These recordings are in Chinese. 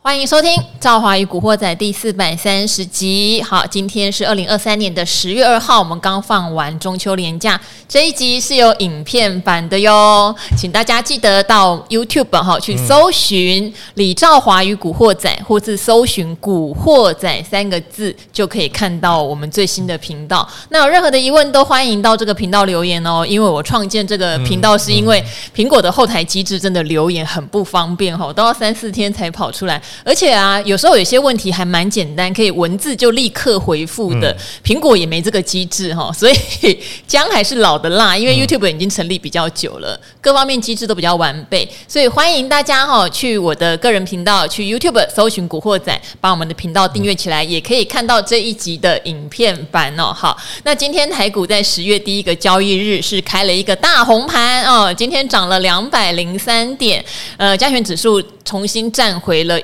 欢迎收听《赵华与古惑仔》第430集。好，今天是2023年的10月2号，我们刚放完中秋连假，这一集是有影片版的哟，请大家记得到 YouTube 去搜寻李兆华与古惑仔，或是搜寻古惑仔3个字，就可以看到我们最新的频道。那有任何的疑问都欢迎到这个频道留言哦，因为我创建这个频道是因为苹果的后台机制真的留言很不方便，都要3-4天才跑出来。而且啊，有时候有些问题还蛮简单，可以文字就立刻回复的，苹果也没这个机制所以姜还是老的辣，因为 YouTube 已经成立比较久了，各方面机制都比较完备，所以欢迎大家去我的个人频道，去 YouTube 搜寻古惑仔，把我们的频道订阅起来，也可以看到这一集的影片版好，那今天台股在10月第一个交易日是开了一个大红盘今天涨了203点，加权指数重新站回了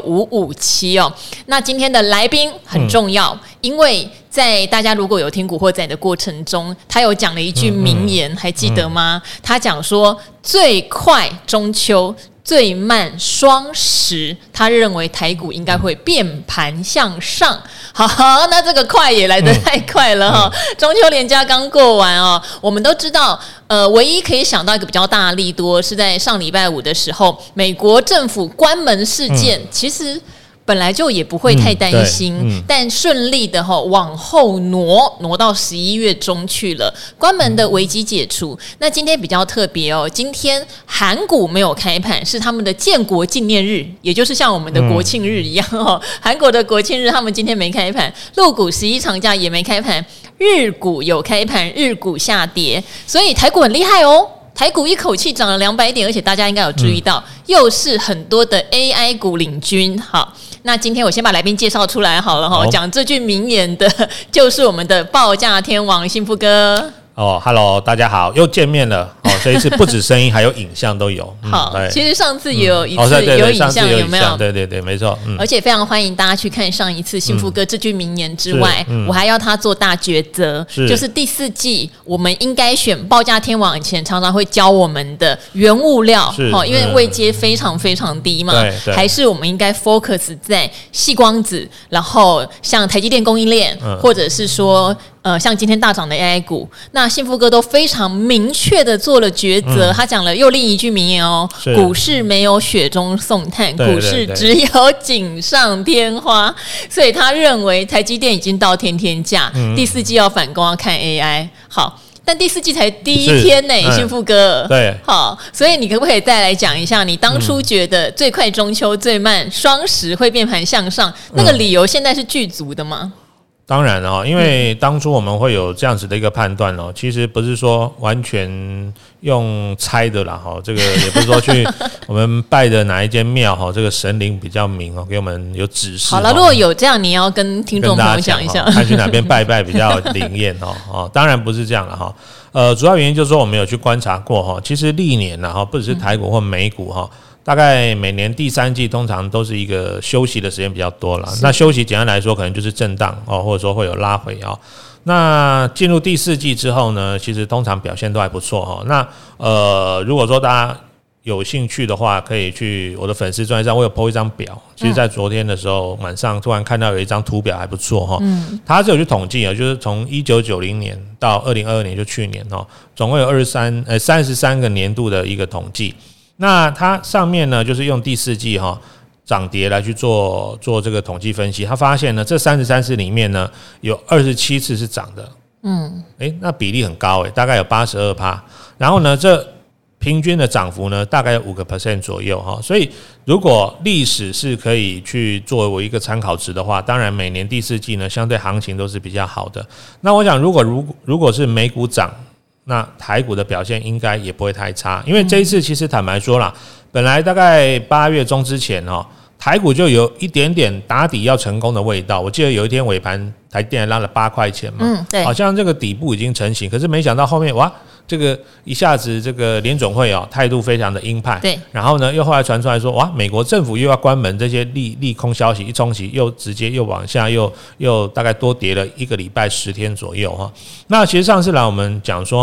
16557那今天的来宾很重要，因为在大家如果有听古惑仔的过程中，他有讲了一句名言，还记得吗？他讲说最快中秋，最慢双十，他认为台股应该会变盘向上。好，那这个快也来得太快了中秋连假刚过完我们都知道，唯一可以想到一个比较大的利多是在上礼拜五的时候，美国政府关门事件，其实本来就也不会太担心，但顺利的往后挪到11月中去了，关门的危机解除。那今天比较特别今天韩股没有开盘，是他们的建国纪念日，也就是像我们的国庆日一样韩国的国庆日他们今天没开盘，陆股11长假也没开盘，日股有开盘，日股下跌，所以台股很厉害台股一口气涨了200点，而且大家应该有注意到，又是很多的 AI 股领军。好，那今天我先把来宾介绍出来好了讲这句名言的就是我们的报价天王幸福哥。 Hello， 大家好，又见面了这一次不止声音，还有影像都有。 好，其实上次也有一次有影像，有没有？ 对，没错。 而且非常欢迎大家去看上一次幸福哥这句名言之外，我还要他做大抉择，就是第4季我们应该选报价天王以前常常会教我们的原物料，因为位阶非常非常低嘛，还是我们应该 focus 在矽光子，然后像台积电供应链，或者是说像今天大涨的 AI 股，那幸福哥都非常明确的做了抉择。他讲了又另一句名言股市没有雪中送炭，股市只有锦上添花。所以他认为台积电已经到天天价，第4季要反攻，要看 AI。好，但第4季才第一天呢，幸福哥。 对， 好，所以你可不可以再来讲一下，你当初觉得最快中秋，最慢双十会变盘向上，那个理由现在是具足的吗？ 当然因为当初我们会有这样子的一个判断其实不是说完全用猜的啦这个也不是说去我们拜的哪一间庙这个神灵比较明给我们有指示。 好了，如果有这样，你要跟听众朋友讲一下， 看去哪边拜比较灵验当然不是这样了主要原因就是说我们有去观察过其实历年不只是台股或美股大概每年第3季通常都是一个休息的时间比较多了。那休息简单来说，可能就是震荡或者说会有拉回那进入第4季之后呢，其实通常表现都还不错那如果说大家有兴趣的话，可以去我的粉丝专页上，我有 po 一张表。其实在昨天的时候晚上突然看到有一张图表还不错他是有去统计就是从1990年到2022年，就去年总共有33个年度的一个统计。那它上面呢，就是用第4季涨跌来去做这个统计分析，他发现呢，这33次里面呢，有27次是涨的，那比例很高大概有82%。然后呢，这平均的涨幅呢，大概有5% 左右所以如果历史是可以去作为一个参考值的话，当然每年第4季呢，相对行情都是比较好的。那我想，如果是美股涨，那台股的表现应该也不会太差，因为这一次其实坦白说啦，本来大概8月中之前台股就有一点点打底要成功的味道。我记得有一天尾盘台电拉了8块钱嘛， 对， 好像这个底部已经成型，可是没想到后面哇，这个一下子这个联准会态度非常的鹰派， 对， 然后呢又后来传出来说哇，美国政府又要关门，这些利空消息一冲击，又直接又往下又大概多跌了1个礼拜10天左右那其实上次来我们讲说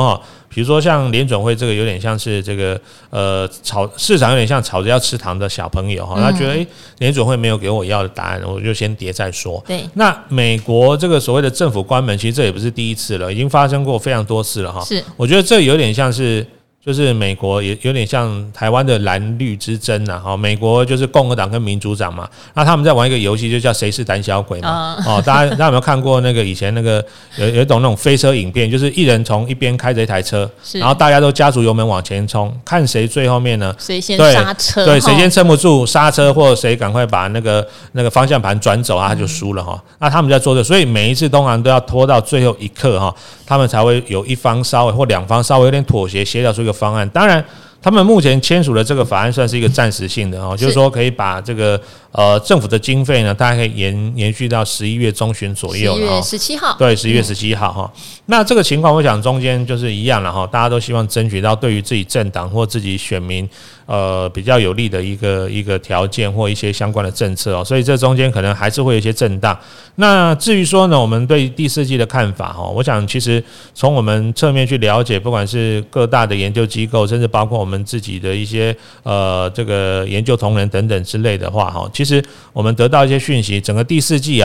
比如说像联准会这个有点像是这个市场有点像吵着要吃糖的小朋友哈，他觉得联准会没有给我要的答案，我就先跌再说。 对， 那美国这个所谓的政府关门，其实这也不是第一次了，已经发生过非常多次了哈。 是， 我觉得这有点像是。就是美国也有点像台湾的蓝绿之争啊，美国就是共和党跟民主党嘛，那他们在玩一个游戏，就叫谁是胆小鬼嘛。大家有没有看过那个以前那个有一种那种飞车影片，就是一人从一边开着一台车，然后大家都加足油门往前冲，看谁最后面呢？ 谁先刹车？ 对，谁先撑不住刹车，或者谁赶快把那个方向盘转走啊，他就输了哈。那他们在做这，所以每一次通常都要拖到最后一刻哈，他们才会有一方稍微或两方稍微有点妥协，协调出一个方案。当然他们目前签署的这个法案算是一个暂时性的就是说可以把这个政府的经费呢，大概可以延续到11月中旬左右 11月17号， 对，11月17号哈。那这个情况我想中间就是一样了哈，大家都希望争取到对于自己政党或自己选民比较有利的一个条件或一些相关的政策所以这中间可能还是会有一些震荡。那至于说呢，我们对第四季的看法我想其实从我们侧面去了解，不管是各大的研究机构，甚至包括我们自己的一些这个研究同仁等等之类的话其实我们得到一些讯息，整个第四季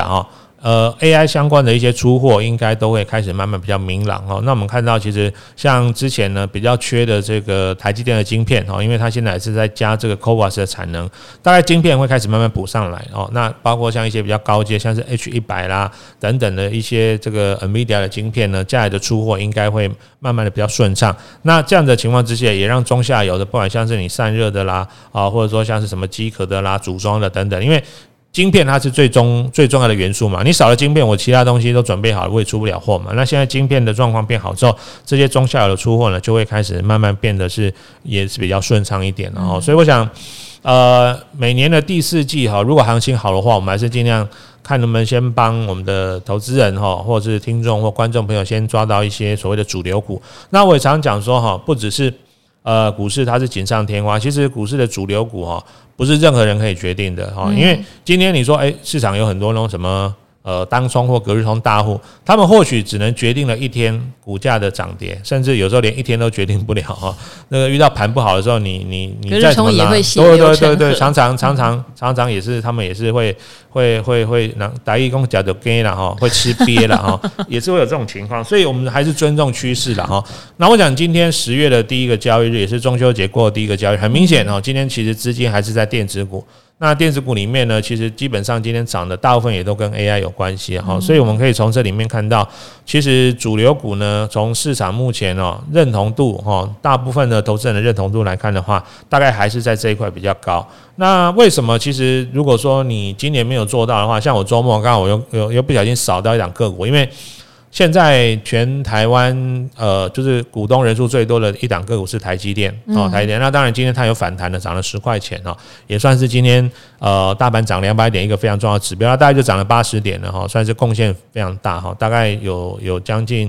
AI 相关的一些出货应该都会开始慢慢比较明朗那我们看到其实像之前呢比较缺的这个台积电的晶片因为它现在是在加这个 CoWoS 的产能，大概晶片会开始慢慢补上来那包括像一些比较高阶，像是 H100 啦等等的一些这个 NVIDIA 的晶片呢，将来的出货应该会慢慢的比较顺畅。那这样的情况之下，也让中下游的不管像是你散热的啦或者说像是什么机壳的啦、组装的等等，因为晶片它是最重要的元素嘛，你少了晶片，我其他东西都准备好了，我也出不了货嘛。那现在晶片的状况变好之后，这些中下游的出货呢，就会开始慢慢变得也是比较顺畅一点了所以我想，每年的第四季如果行情好的话，我们还是尽量看能不能先帮我们的投资人或者是听众或观众朋友先抓到一些所谓的主流股。那我也常讲说不只是股市它是锦上添花，其实股市的主流股不是任何人可以决定的因为今天你说市场有很多那种什么当冲或隔日冲大户，他们或许只能决定了一天股价的涨跌，甚至有时候连一天都决定不了那个遇到盘不好的时候，你再怎么拉，对，常常也是他们也是会台语讲吃就鸡啦会吃瘪啦也是会有这种情况，所以我们还是尊重趋势啦那我想今天10月的第一个交易日，也是中秋节过的第一个交易，很明显今天其实资金还是在电子股。那电子股里面呢，其实基本上今天涨的大部分也都跟 AI 有关系所以我们可以从这里面看到，其实主流股呢，从市场目前认同度大部分的投资人的认同度来看的话，大概还是在这一块比较高。那为什么？其实如果说你今年没有做到的话，像我周末刚好我又不小心扫到一档个股，因为现在全台湾就是股东人数最多的一档个股是台积电台积电。那当然今天它有反弹的，涨了10块钱也算是今天大盘涨200点一个非常重要的指标。它大概就涨了80点了算是贡献非常大大概有将近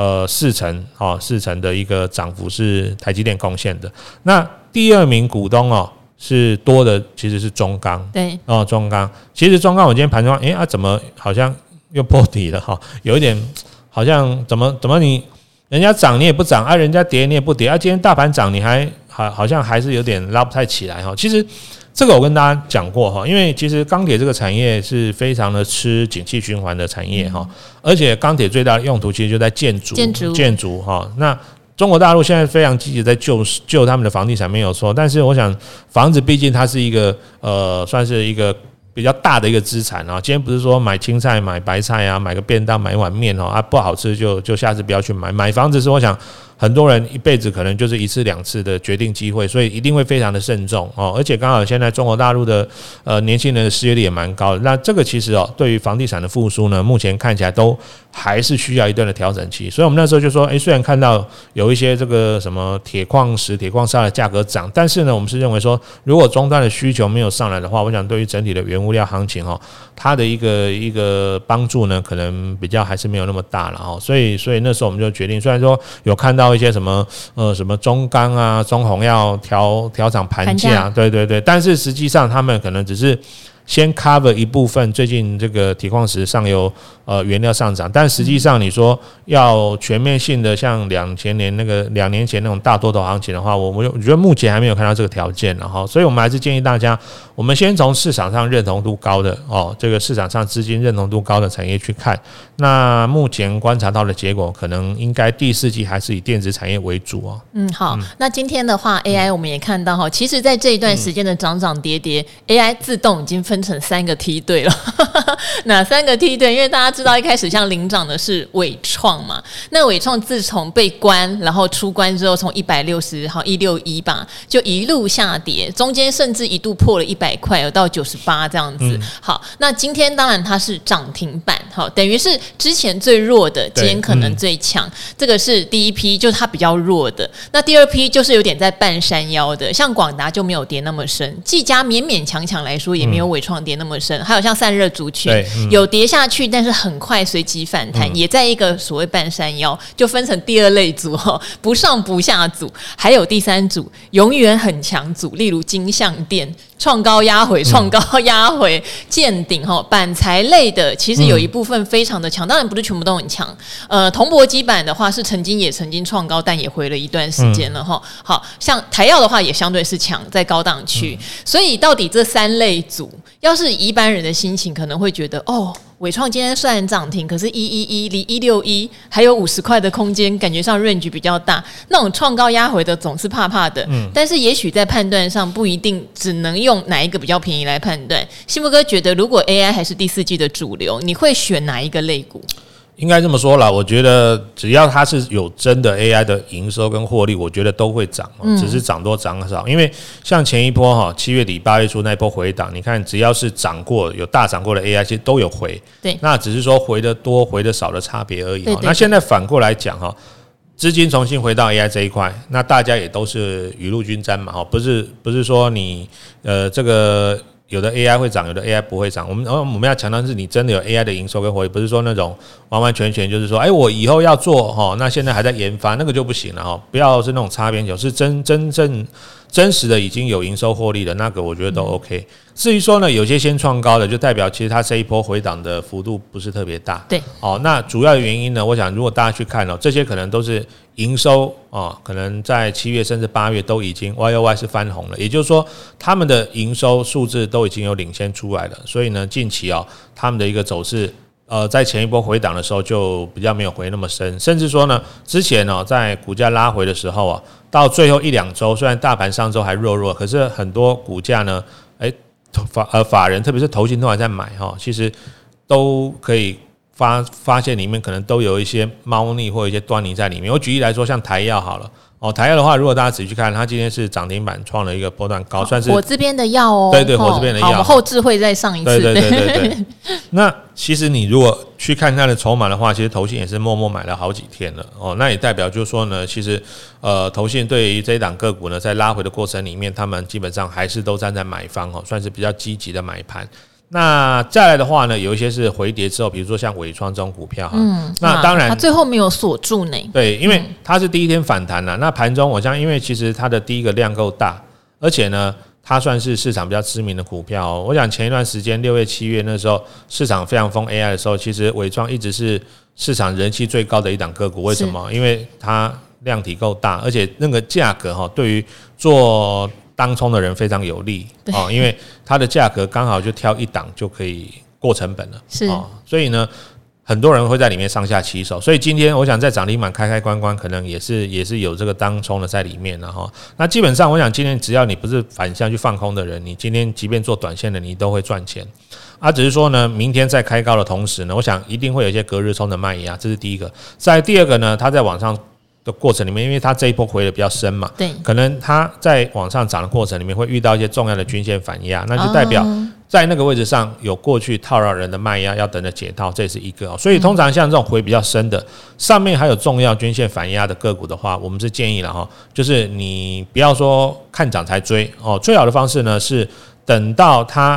4成的一个涨幅是台积电贡献的。那第二名股东是多的，其实是中钢。对中钢，其实中钢我今天盘中怎么好像又破底了有一点好像怎么你人家涨你也不涨人家跌你也不跌今天大盘涨你还好像还是有点拉不太起来其实这个我跟大家讲过因为其实钢铁这个产业是非常的吃景气循环的产业而且钢铁最大的用途其实就在建筑那中国大陆现在非常积极在救他们的房地产没有错，但是我想房子毕竟它是一个算是一个比较大的一个资产今天不是说买青菜买白菜买个便当买一碗面不好吃就下次不要去买房子是我想很多人一辈子可能就是1次2次的决定机会，所以一定会非常的慎重而且刚好现在中国大陆的年轻人的失业率也蛮高的，那这个其实对于房地产的复苏呢，目前看起来都还是需要一段的调整期。所以我们那时候就说虽然看到有一些这个什么铁矿石铁矿砂的价格涨，但是呢我们是认为说如果终端的需求没有上来的话，我想对于整体的原物料行情它的一个帮助呢可能比较还是没有那么大了所以那时候我们就决定，虽然说有看到一些什么中钢中红要调涨盘价，对，但是实际上他们可能只是先 cover 一部分最近这个铁矿石上游原料上涨，但实际上你说要全面性的像2年前那种大多头行情的话，我觉得目前还没有看到这个条件了哈，所以我们还是建议大家，我们先从市场上认同度高的这个市场上资金认同度高的产业去看。那目前观察到的结果，可能应该第4季还是以电子产业为主哦。 好，那今天的话 AI 我们也看到哈，其实在这一段时间的涨涨跌跌，AI 自动已经分成3个梯队了。哪3个梯队？因为大家知道一开始像领涨的是伟创嘛，那伟创自从被关，然后出关之后，从160好161吧，就一路下跌，中间甚至一度破了100块，有到98这样子。好，那今天当然它是涨停板，好，等于是之前最弱的，今天可能最强。这个是第一批，就是它比较弱的。那第二批就是有点在半山腰的，像广达就没有跌那么深，技嘉勉勉强强来说也没有伟创跌那么深，还有像散热族群有跌下去，但是很快随即反弹，也在一个所谓半山腰，就分成第2类组不上不下组，还有第3组永远很强组，例如金像电创高压回，创高压回，见顶板材类的，其实有一部分非常的强，当然不是全部都很强。铜箔基板的话是曾经创高，但也回了一段时间了好像台药的话也相对是强，在高档区。所以到底这3类组，要是一般人的心情可能会觉得伟创今天虽然涨停，可是111离161还有50块的空间，感觉上 range 比较大。那种创高压回的总是怕怕的，但是也许在判断上不一定只能用哪一个比较便宜来判断。幸福哥觉得，如果 AI 还是第4季的主流，你会选哪一个类股？ 应该这么说啦，我觉得只要它是有真的 AI 的营收跟获利，我觉得都会涨，只是涨多涨少。因为像前一波7月底8月初那一波回档，你看只要是涨过有大涨过的 AI， 其实都有回，对，那只是说回的多回的少的差别而已。对对对，那现在反过来讲资金重新回到 AI 这一块，那大家也都是雨露均沾嘛，不是说你这个。有的 AI 会涨，有的 AI 不会涨。我们要强调是你真的有 AI 的营收跟获利，不是说那种完完全全就是说，我以后要做那现在还在研发，那个就不行了不要是那种擦边球，是真实的已经有营收获利的那个，我觉得都 OK。至于说呢，有些先创高的，就代表其实它这一波回档的幅度不是特别大。对，那主要的原因呢，我想如果大家去看这些可能都是营收可能在7月甚至8月都已经 YOY 是翻红了，也就是说他们的营收数字都已经有领先出来了，所以呢，近期他们的一个走势。在前一波回档的时候就比较没有回那么深，甚至说呢，之前在股价拉回的时候到最后1-2周，虽然大盘上周还弱，可是很多股价呢，法人特别是投信都还在买其实都可以发现里面可能都有一些猫腻或一些端倪在里面。我举例来说，像台药好了。台药的话，如果大家仔细去看，它今天是涨停板创了一个波段高，算是我这边的药对，我这边的药， 我们后置会再上一次。 对。那其实你如果去看它的筹码的话，其实投信也是默默买了好几天了那也代表就是说呢，其实投信对于这一档个股呢，在拉回的过程里面，他们基本上还是都站在买方算是比较积极的买盘。那再来的话呢，有一些是回跌之后，比如说像伟创这种股票那当然它最后没有锁住呢。 对，因为它是第一天反弹了，那盘中我想，因为其实它的第一个量够大，而且呢，它算是市场比较知名的股票我想前一段时间6月7月那时候市场非常疯 AI 的时候，其实伟创一直是市场人气最高的一档个股。为什么？因为它量体够大，而且那个价格对于做当冲的人非常有利因为它的价格刚好就挑一档就可以过成本了，是所以呢，很多人会在里面上下其手。所以今天我想在涨停板开关，可能也是有这个当冲的在里面了那基本上我想今天只要你不是反向去放空的人，你今天即便做短线的，你都会赚钱只是说呢，明天在开高的同时呢，我想一定会有一些隔日冲的卖压，这是第一个。再第二个呢，它在往上的过程里面，因为它这一波回的比较深嘛，对，可能它在往上涨的过程里面会遇到一些重要的均线反压，那就代表在那个位置上有过去套牢人的卖压要等着解套，这也是一个所以通常像这种回比较深的，上面还有重要均线反压的个股的话，我们是建议了就是你不要说看涨才追最好的方式呢是等到它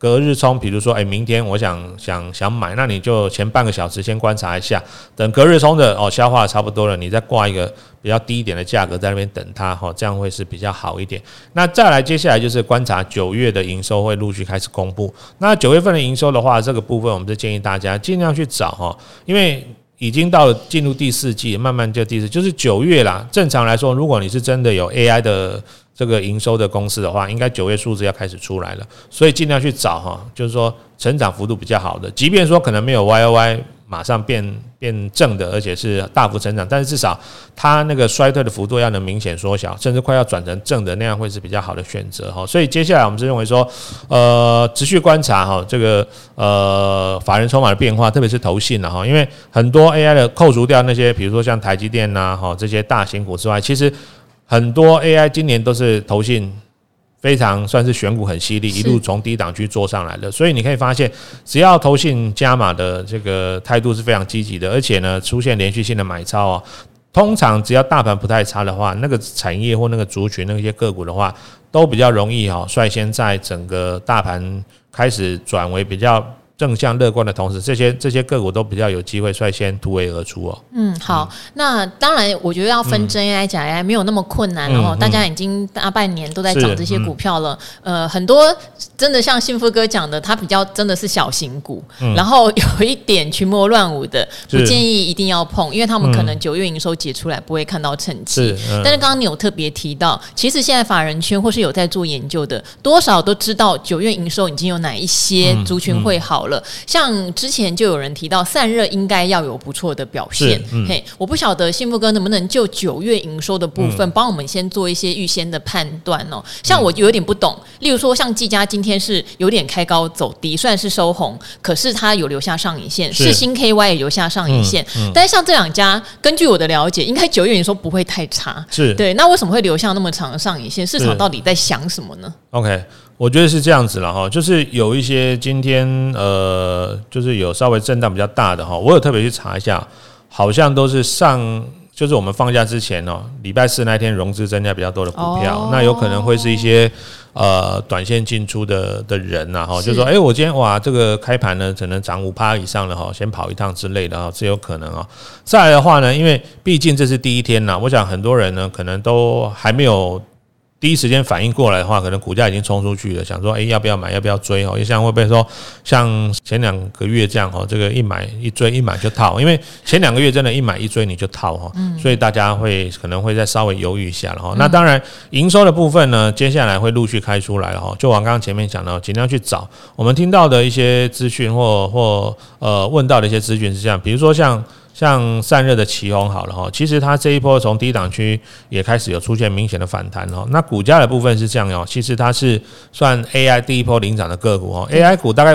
隔日冲，比如说明天我想买，那你就前半个小时先观察一下，等隔日冲的消化差不多了，你再挂一个比较低一点的价格在那边等它，这样会是比较好一点。那再来接下来就是观察9月的营收会陆续开始公布。那9月份的营收的话，这个部分我们是建议大家尽量去找，因为已经到了进入第4季，慢慢就第4就是9月啦。正常来说，如果你是真的有 AI 的这个营收的公司的话，应该9月数字要开始出来了，所以尽量去找就是说成长幅度比较好的，即便说可能没有 YOY 马上变正的，而且是大幅成长，但是至少它那个衰退的幅度要能明显缩小，甚至快要转成正的，那样会是比较好的选择。所以接下来我们是认为说持续观察这个法人筹码的变化，特别是投信因为很多 AI 的扣除掉那些比如说像台积电这些大型股之外，其实很多 AI 今年都是投信非常算是选股很犀利，一路从低档区做上来的，所以你可以发现，只要投信加码的这个态度是非常积极的，而且呢出现连续性的买超通常只要大盘不太差的话，那个产业或那个族群那些个股的话，都比较容易率先在整个大盘开始转为比较正向乐观的同时，这些个股都比较有机会率先突围而出好，那当然，我觉得要分真 AI 假 AI 没有那么困难大家已经大半年都在涨这些股票了。很多真的像幸福哥讲的，它比较真的是小型股，然后有一点群魔乱舞的，不建议一定要碰，因为他们可能9月营收解出来不会看到成绩。但是刚刚你有特别提到，其实现在法人圈或是有在做研究的，多少都知道9月营收已经有哪一些族群会好了。像之前就有人提到散热应该要有不错的表现。我不晓得幸福哥能不能就9月营收的部分帮我们先做一些预先的判断像我有点不懂，例如说像技嘉今天是有点开高走低，虽然是收红，可是它有留下上影线，世芯 KY 也留下上影线。但是像这两家，根据我的了解，应该9月营收不会太差。对，那为什么会留下那么长的上影线？市场到底在想什么呢？ OK， 我觉得是这样子了就是有一些今天就是有稍微震荡比较大的我有特别去查一下，好像都是就是我们放假之前礼拜4那天融资增加比较多的股票，那有可能会是一些短线进出的人就说我今天哇这个开盘呢可能涨 5% 以上了先跑一趟之类的这有可能再来的话呢，因为毕竟这是第一天我想很多人呢可能都还没有第一时间反应过来的话，可能股价已经冲出去了，想说要不要买要不要追也像会不会说像前2个月这样这个一买一追一买就套，因为前2个月真的一买一追你就套所以大家可能会再稍微犹豫一下了那当然营收的部分呢，接下来会陆续开出来了就往刚刚前面讲的，尽量去找我们听到的一些资讯或问到的一些资讯是这样，比如说像散热的奇鋐好了其实它这一波从低档区也开始有出现明显的反弹那股价的部分是这样其实它是算 AI 第一波领涨的个股AI 股大概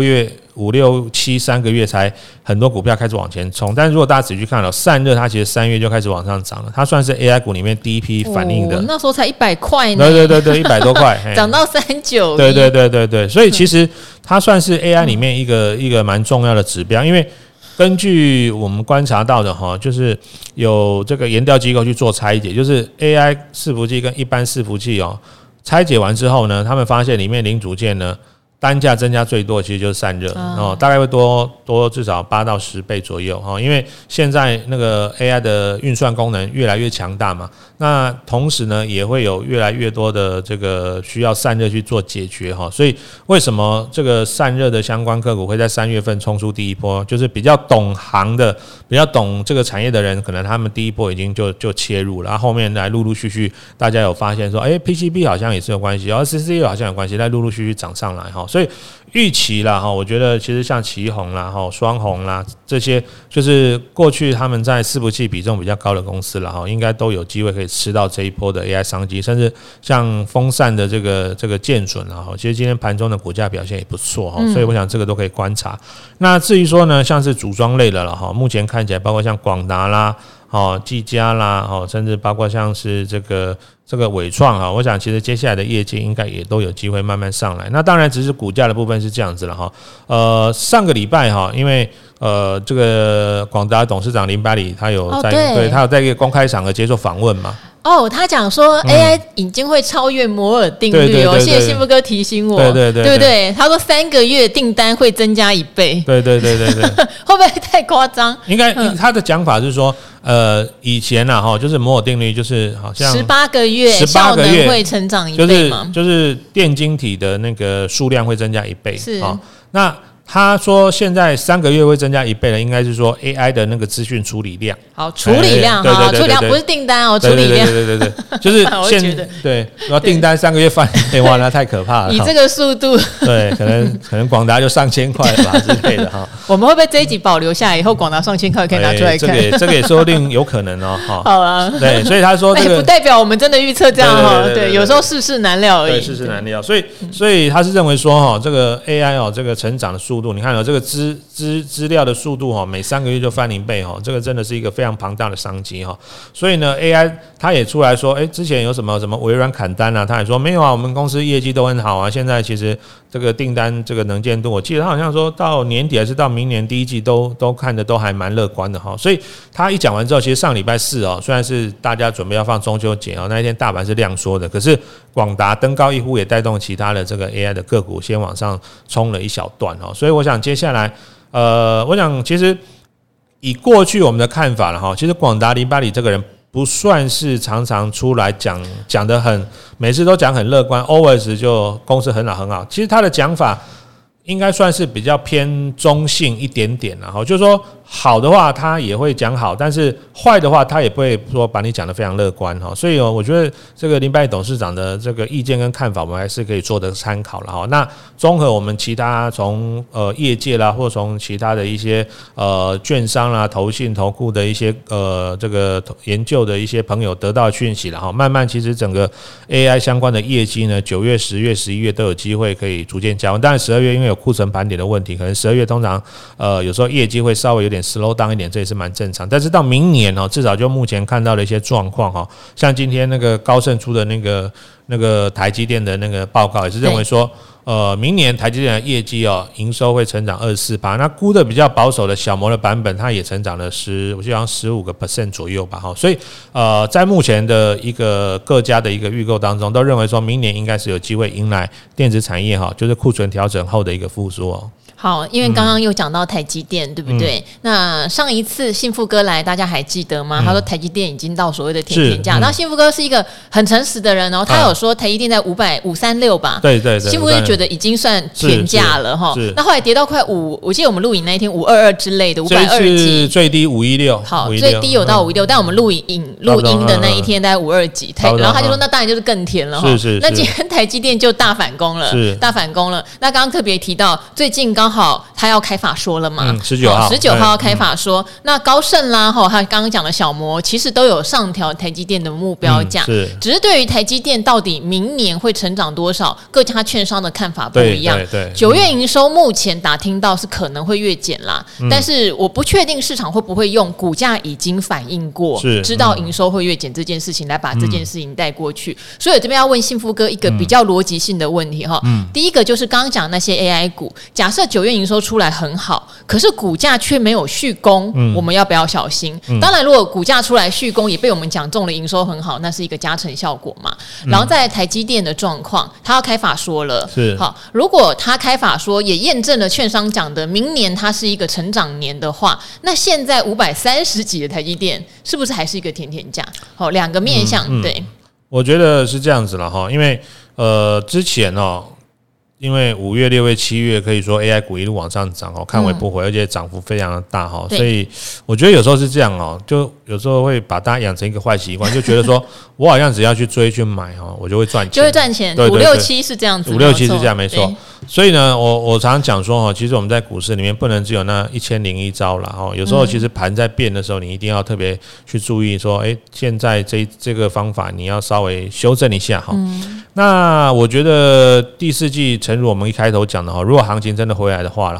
5、6、7、3个月才很多股票开始往前冲，但是如果大家仔细去看散热它其实3月就开始往上涨了，它算是 AI 股里面第一批反应的那时候才100块呢。 对100多块涨到391。 对，所以其实它算是 AI 里面一个蛮重要的指标，因为根据我们观察到的就是有这个研调机构去做拆解，就是 AI 伺服器跟一般伺服器拆解完之后呢，他们发现里面零组件呢单价增加最多的其实就是散热大概会多至少8到10倍左右因为现在那个 AI 的运算功能越来越强大嘛，那同时呢也会有越来越多的这个需要散热去做解决所以为什么这个散热的相关个股会在3月份冲出第一波，就是比较懂行的比较懂这个产业的人，可能他们第一波已经就切入了，然后后面来陆陆续续大家有发现说PCB 好像也是有关系，CCU 好像有关系，再陆陆续续涨上来所以预期啦我觉得其实像奇鋐啦双鸿啦这些，就是过去他们在伺服器比重比较高的公司啦应该都有机会可以吃到这一波的 AI 商机，甚至像风扇的这个建准其实今天盘中的股价表现也不错所以我想这个都可以观察。那至于说呢像是组装类的啦目前看起来包括像广达啦技嘉啦甚至包括像是这个伟创我想其实接下来的业绩应该也都有机会慢慢上来。那当然只是股价的部分是这样子了上个礼拜因为这个广达董事长林百里他有在对他有在一个公开场合接受访问嘛哦，他讲说 AI 已经会超越摩尔定律哦，谢谢幸福哥提醒我，对不对？他说3个月订单会增加1倍， 对， 会不会太夸张？ 应该他的讲法是说，以前啊就是摩尔定律，就是好像 18个月效能会成长1倍嘛， 就是电晶体的那个数量会增加1倍， 是那。他说现在3个月会增加1倍了，应该是说 AI 的那个资讯处理量。 好，处理量哈，处理量不是订单哦，处理量。 对，就是对，然后订单3个月翻1倍，哇，那太可怕了。 以这个速度， 对，可能广达就上千块了吧之类的哈。 我们会不会这一集保留下来，以后广达上千块可以拿出来看？ 这个也说不定有可能哦。 好啊， 对，所以他说这个不代表我们真的预测这样哈。对，有时候世事难料而已。 对，世事难料。所以他是认为说这个 AI 这个成长的速度，你看这个资料的速度每3个月就翻0倍这个真的是一个非常庞大的商机所以呢 AI 他也出来说，之前有什么微软砍单啊，他也说没有啊，我们公司业绩都很好啊，现在其实这个订单这个能见度，我记得他好像说到年底还是到明年第一季都看的都还蛮乐观的所以他一讲完之后，其实上礼拜4虽然是大家准备要放中秋节那一天大盘是量缩的，可是广达登高一呼，也带动其他的这个 AI 的个股先往上冲了一小段所以我想接下来我想其实以过去我们的看法了其实广达林百里这个人不算是常常出来讲得很每次都讲很乐观 always 就公司很好，其实他的讲法应该算是比较偏中性一点点就是说好的话他也会讲好，但是坏的话他也不会说把你讲得非常乐观所以我觉得这个林百里董事长的这个意见跟看法我们还是可以做的参考了那综合我们其他从业界啦，或从其他的一些券商啦、投信、投顾的一些这个研究的一些朋友得到的讯息了慢慢其实整个 AI 相关的业绩呢9月、10月、11月都有机会可以逐渐加温，当然12月因为有库存盘点的问题，可能12月通常有时候业绩会稍微有点 slow down 一点，这也是蛮正常。但是到明年至少就目前看到的一些状况像今天那个高盛出的那个台积电的那个报告也是认为说明年台积电的业绩营收会成长 24%， 那估的比较保守的小摩的版本它也成长了我记得好像 15% 左右吧所以在目前的一个各家的一个预购当中都认为说明年应该是有机会迎来电子产业就是库存调整后的一个复苏好，因为刚刚又讲到台积电，对不对？那上一次幸福哥来，大家还记得吗？他说台积电已经到所谓的甜甜价。然后幸福哥是一个很诚实的人，然后他有说台积电在536吧？对，幸福哥就觉得已经算甜价了哈。那后来跌到快5，我记得我们录影那一天522之类的，520几， 最低516。 好，最低有到516，但我们录音的那一天大概520几，然后他就说那当然就是更甜了哈。那今天台积电就大反攻了，大反攻了。那刚刚特别提到最近刚好他要开法说了嘛，19号要开法说，那高盛啦他刚刚讲的小摩其实都有上调台积电的目标价，只是对于台积电到底明年会成长多少，各家券商的看法不一样。9月营收目前打听到是可能会月减啦，但是我不确定市场会不会用股价已经反映过，知道营收会月减这件事情来把这件事情带过去。所以我这边要问幸福哥一个比较逻辑性的问题第一个就是刚刚讲那些 AI 股，假设9月营收出来很好，可是股价却没有续攻，我们要不要小心？当然如果股价出来续攻也被我们讲中了营收很好，那是一个加成效果嘛。然后再来台积电的状况，他要开法说了，好，如果他开法说也验证了券商讲的明年它是一个成长年的话，那现在530几的台积电是不是还是一个甜甜价？好，两个面向对， 我觉得是这样子了因为之前因为5月、6月、7月可以说 AI 股一路往上涨看尾不回，而且涨幅非常的大所以我觉得有时候是这样就有时候会把大家养成一个坏习惯，就觉得说我好像只要去追去买我就会赚钱， 就会赚钱。5、6、7是这样子 ，5、6、7是这样没错。所以呢，我常常讲说其实我们在股市里面不能只有那1001招啦有时候其实盘在变的时候，你一定要特别去注意说，现在这个方法你要稍微修正一下那我觉得第四季，诚如我们一开头讲的如果行情真的回来的话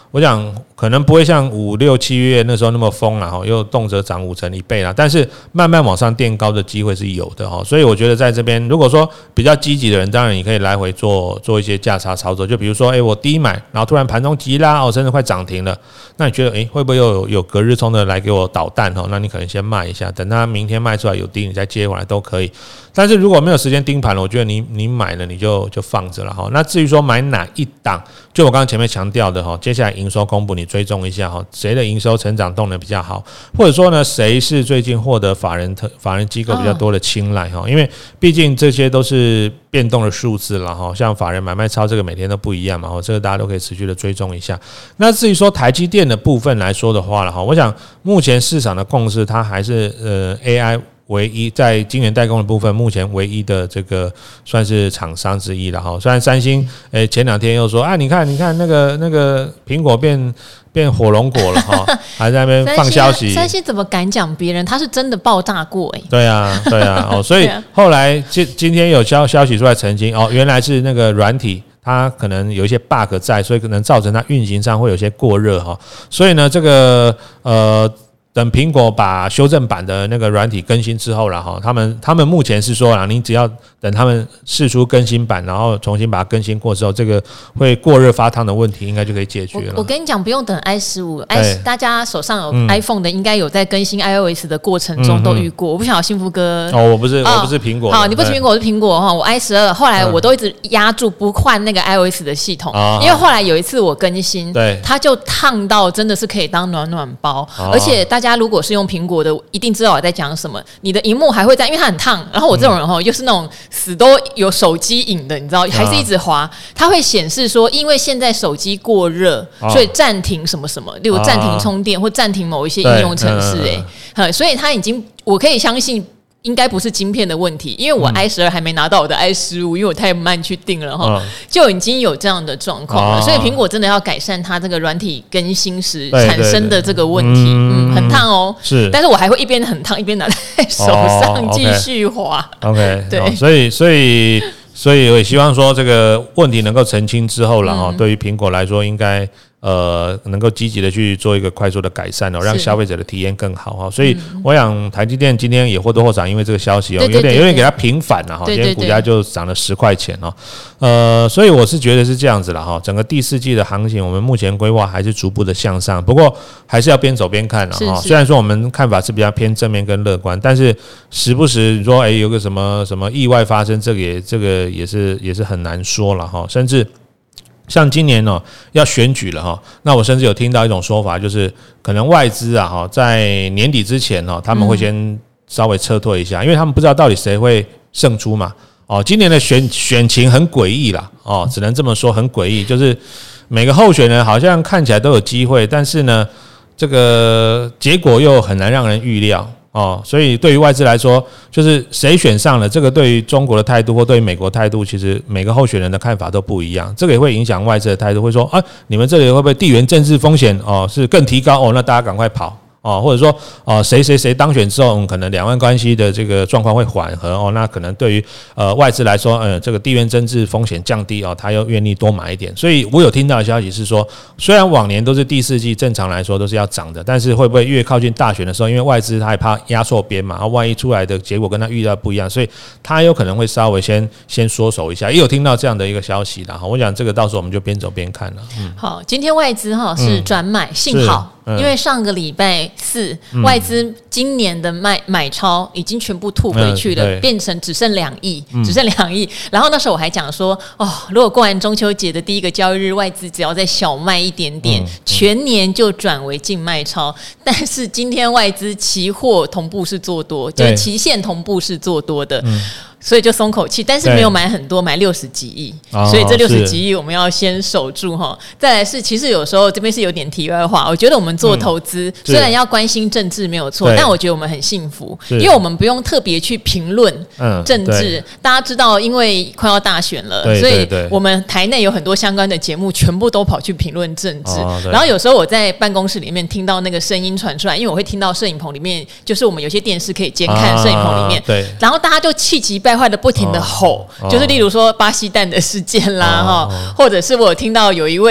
我想可能不会像5、6、7月那时候那么疯啦，又动辄涨5成1倍啦，但是慢慢往上垫高的机会是有的，所以我觉得在这边如果说比较积极的人，当然你可以来回做一些价差操作，就比如说我低买，然后突然盘中急拉甚至快涨停了，那你觉得会不会有隔日冲的来给我捣蛋，那你可能先卖一下，等它明天卖出来有低你再接回来都可以。但是如果没有时间盯盘了，我觉得你买了你就放着了。那至于说买哪一档，就我刚刚前面强调的，接下来营收公布你追踪一下，谁的营收成长动能比较好，或者说呢谁是最近获得法人机构比较多的青睐，因为毕竟这些都是变动的数字了，像法人买卖超这个每天都不一样嘛，这个大家都可以持续的追踪一下。那至于说台积电的部分来说的话了，我想目前市场的共识它还是AI唯一在晶圆代工的部分，目前唯一的这个算是厂商之一了哈。虽然三星前2天又说你看那个苹果变火龙果了哈，还在那边放消息。 三星怎么敢讲别人？他是真的爆炸过对啊所以后来今天有消息出来澄清原来是那个软体它可能有一些 bug 在，所以可能造成它运行上会有些过热哈。所以呢，这个等苹果把修正版的那个软体更新之后了哈，他们目前是说啦，你只要等他们释出更新版，然后重新把它更新过之后，这个会过热发烫的问题应该就可以解决了。 我跟你讲，不用等 i15，大家手上有 iPhone 的，应该有在更新 iOS 的过程中都遇过。我不晓得幸福哥我不是苹果。 好，你不是苹果，我是苹果哈。我 i12，后来我都一直压住不换那个 iOS 的系统，因为后来有一次我更新，它就烫到真的是可以当暖暖包，而且大家如果是用苹果的，一定知道我在讲什么。你的荧幕还会在，因为它很烫。然后我这种人又是那种死都有手机瘾的，你知道，还是一直滑，它会显示说，因为现在手机过热，所以暂停什么什么，例如暂停充电或暂停某一些应用程式，所以它已经，我可以相信。应该不是晶片的问题，因为我 i12 还没拿到我的 i15，因为我太慢去订了哈，就已经有这样的状况了。所以苹果真的要改善它这个软体更新时产生的这个问题，很烫是， 但是我还会一边很烫一边拿在手上继续滑。 OK， 对， 所以我也希望说这个问题能够澄清之后了哈，对于苹果来说应该。能够积极的去做一个快速的改善让消费者的体验更好所以我想台积电今天也或多或少因为这个消息有点给它平反了今天股价就涨了10块钱所以我是觉得是这样子了整个第4季的行情我们目前规划还是逐步的向上，不过还是要边走边看虽然说我们看法是比较偏正面跟乐观，但是时不时你说有个什么意外发生，这个也是很难说了甚至。像今年要选举了那我甚至有听到一种说法，就是可能外资在年底之前他们会先稍微撤退一下，因为他们不知道到底谁会胜出嘛。今年的选情很诡异啦只能这么说，很诡异，就是每个候选人好像看起来都有机会，但是呢，这个结果又很难让人预料。所以对于外资来说，就是谁选上了，这个对于中国的态度或对于美国态度，其实每个候选人的看法都不一样，这个也会影响外资的态度，会说你们这里会不会地缘政治风险是更提高那大家赶快跑。或者说谁当选之后，可能两岸关系的这个状况会缓和那可能对于外资来说，这个地缘政治风险降低他又愿意多买一点。所以我有听到的消息是说，虽然往年都是第4季正常来说都是要涨的，但是会不会越靠近大选的时候，因为外资他也怕压错边嘛，万一出来的结果跟他预料不一样，所以他有可能会稍微先缩手一下。也有听到这样的一个消息啦，我想这个到时候我们就边走边看了。 好，今天外资是转买，幸好。因为上个礼拜4，外资今年的买超已经全部吐回去了，变成只剩2亿，然后那时候我还讲说，如果过完中秋节的第一个交易日，外资只要再小卖一点点，全年就转为净卖超。但是今天外资期货同步是做多，就是期限同步是做多的。所以就松口气，但是没有买很多，买60几亿，所以这60几亿我们要先守住再来是，其实有时候这边是有点题外话，我觉得我们做投资虽然要关心政治没有错，但我觉得我们很幸福，因为我们不用特别去评论政治。大家知道，因为快要大选了，所以我们台内有很多相关的节目，全部都跑去评论政治。然后有时候我在办公室里面听到那个声音传出来，因为我会听到摄影棚里面，就是我们有些电视可以监看摄影棚里面，然后大家就气急败坏的不停的吼，就是例如说巴西蛋的事件啦或者是我有听到有一位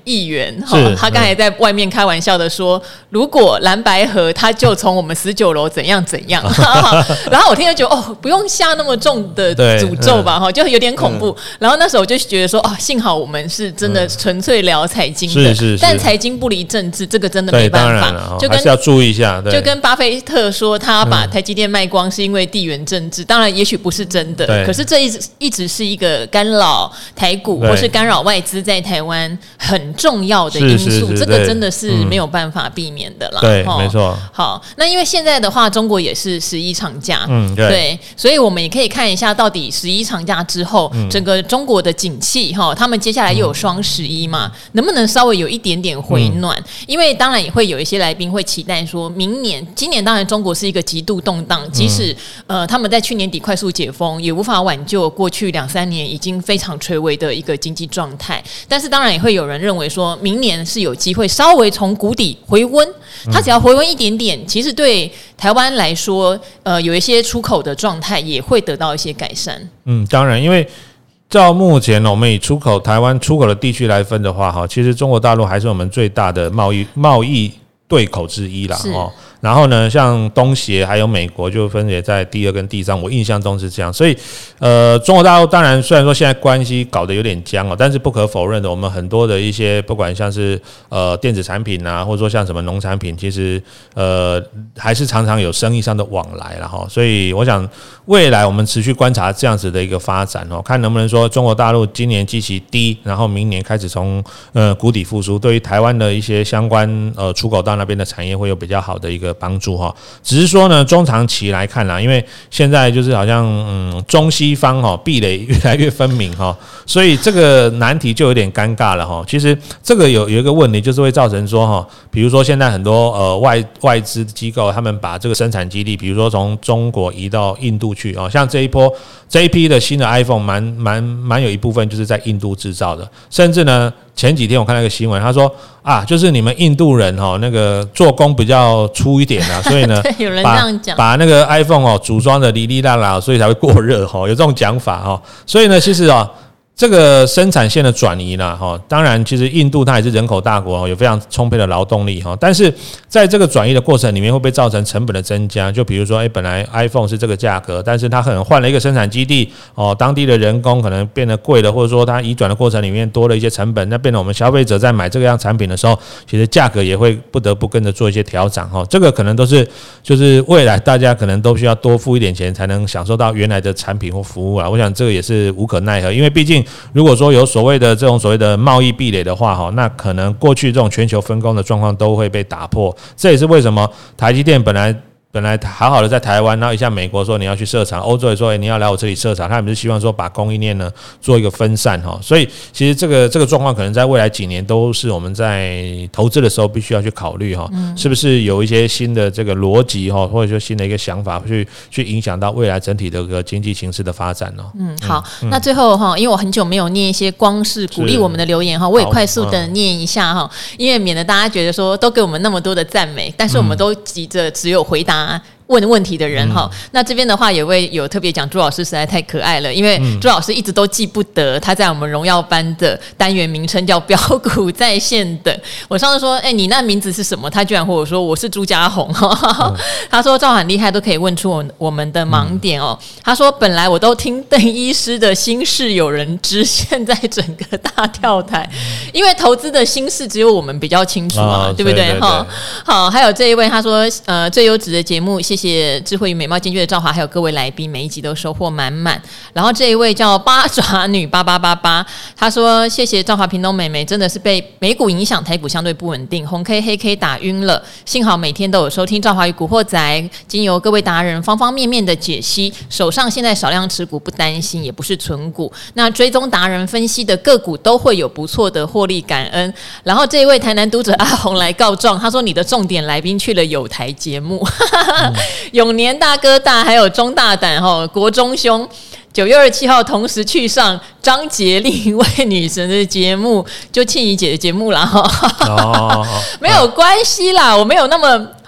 议员他刚才在外面开玩笑的说，如果蓝白合他就从我们19楼怎样怎样然后我听了觉得不用下那么重的诅咒吧就有点恐怖然后那时候我就觉得说幸好我们是真的纯粹聊财经的是但财经不离政治，这个真的没办法就跟还是要注意一下就跟巴菲特说他把台积电卖光是因为地缘政治当然也许不是真的可是这一直是一个干扰台股或是干扰外资在台湾很重要的因素，这个真的是没有办法避免的啦。 对，没错。 好，那因为现在的话，中国也是11长假， 对， 所以我们也可以看一下，到底11长假之后，整个中国的景气他们接下来又有双11嘛，能不能稍微有一点点回暖？因为当然也会有一些来宾会期待说，今年当然中国是一个极度动荡，即使他们在去年底快速解封，也无法挽救过去2-3年已经非常垂危的一个经济状态。但是当然也会有人认为说，明年是有机会稍微从谷底回温，它只要回温一点点，其实对台湾来说，有一些出口的状态也会得到一些改善。 当然，因为照目前我们以台湾出口的地区来分的话，其实中国大陆还是我们最大的贸易对口之一啦。然后呢，像东协还有美国就分别在第2跟第3，我印象中是这样。所以中国大陆当然虽然说现在关系搞得有点僵但是不可否认的，我们很多的一些不管像是电子产品啊，或者说像什么农产品，其实还是常常有生意上的往来啦所以我想未来我们持续观察这样子的一个发展看能不能说中国大陆今年基期低，然后明年开始从谷底复苏，对于台湾的一些相关出口到那边的产业会有比较好的一个帮助只是说呢，中长期来看啦，因为现在就是好像中西方壁垒越来越分明所以这个难题就有点尴尬了其实这个有一个问题，就是会造成说比如说现在很多外资机构他们把这个生产基地，比如说从中国移到印度去像这一批的新的 iPhone 蛮有一部分就是在印度制造的，甚至呢前几天我看到一个新闻，他说就是你们印度人那个做工比较粗一点所以呢有人这样讲， 把那个 iPhone 组装的哩哩啦啦，所以才会过热有这种讲法所以呢其实这个生产线的转移啦当然其实印度它也是人口大国有非常充沛的劳动力但是在这个转移的过程里面会不会造成成本的增加？就比如说本来 iPhone 是这个价格，但是它可能换了一个生产基地当地的人工可能变得贵了，或者说它移转的过程里面多了一些成本，那变成我们消费者在买这个样产品的时候，其实价格也会不得不跟着做一些调整这个可能都是就是未来大家可能都需要多付一点钱才能享受到原来的产品或服务我想这个也是无可奈何，因为毕竟如果说有所谓的贸易壁垒的话那可能过去这种全球分工的状况都会被打破。这也是为什么台积电本来好好的在台湾，然后一下美国说你要去设厂，欧洲也说你要来我这里设厂，他们是希望说把供应链呢做一个分散所以其实这个状况可能在未来几年都是我们在投资的时候必须要去考虑是不是有一些新的这个逻辑或者说新的一个想法去影响到未来整体的一个经济形势的发展好，那最后因为我很久没有念一些光是鼓励我们的留言我也快速的念一下因为免得大家觉得说都给我们那么多的赞美，但是我们都急着只有回答问问题的人那这边的话有特别讲朱老师实在太可爱了，因为朱老师一直都记不得他在我们荣耀班的单元名称叫标股在线等。我上次说你那名字是什么，他居然和我说我是朱家红他说赵很厉害，都可以问出我们的盲点他说本来我都听邓医师的心事有人知，现在整个大跳台，因为投资的心事只有我们比较清楚对不对好，还有这一位他说最优质的节目，谢谢智慧与美貌兼具的赵华，还有各位来宾，每一集都收获满满。然后这一位叫八爪女8888，他说谢谢赵华、屏东美眉，真的是被美股影响，台股相对不稳定，红 K 黑 K 打晕了，幸好每天都有收听赵华与古惑仔，经由各位达人方方面面的解析，手上现在少量持股不担心，也不是存股，那追踪达人分析的个股都会有不错的获利，感恩。然后这一位台南读者阿红来告状，他说你的重点来宾去了有台节目永年大哥大还有中大胆国中兄9月27号同时去上张杰另一位女神的节目，就庆怡姐的节目啦没有关系啦，我没有那么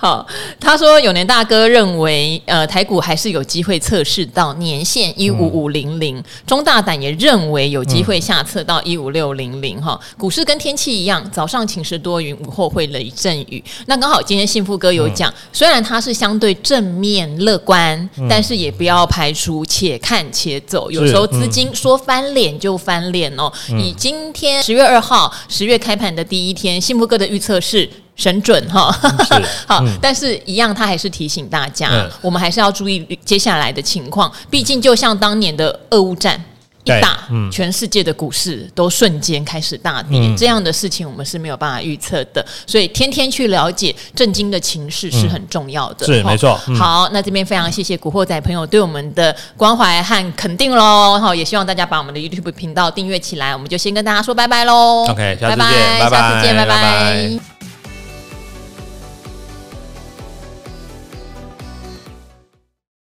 好，他说永年大哥认为，台股还是有机会测试到年线15500，钟大胆也认为有机会下测到15600哈。股市跟天气一样，早上晴时多云，午后会雷阵雨。那刚好今天幸福哥有讲，虽然他是相对正面乐观，但是也不要排除且看且走。有时候资金说翻脸就翻脸哦。以今天10月2号10月开盘的第一天，幸福哥的预测是神准哈，好，但是一样，他还是提醒大家，我们还是要注意接下来的情况。毕竟，就像当年的俄乌战一打，全世界的股市都瞬间开始大跌，这样的事情我们是没有办法预测的。所以，天天去了解震惊的情势是很重要的， 是没错。 好，那这边非常谢谢古惑仔朋友对我们的关怀和肯定喽，好，也希望大家把我们的 YouTube 频道订阅起来。我们就先跟大家说拜拜喽。 OK， 下次见，拜拜， 下次见，拜拜。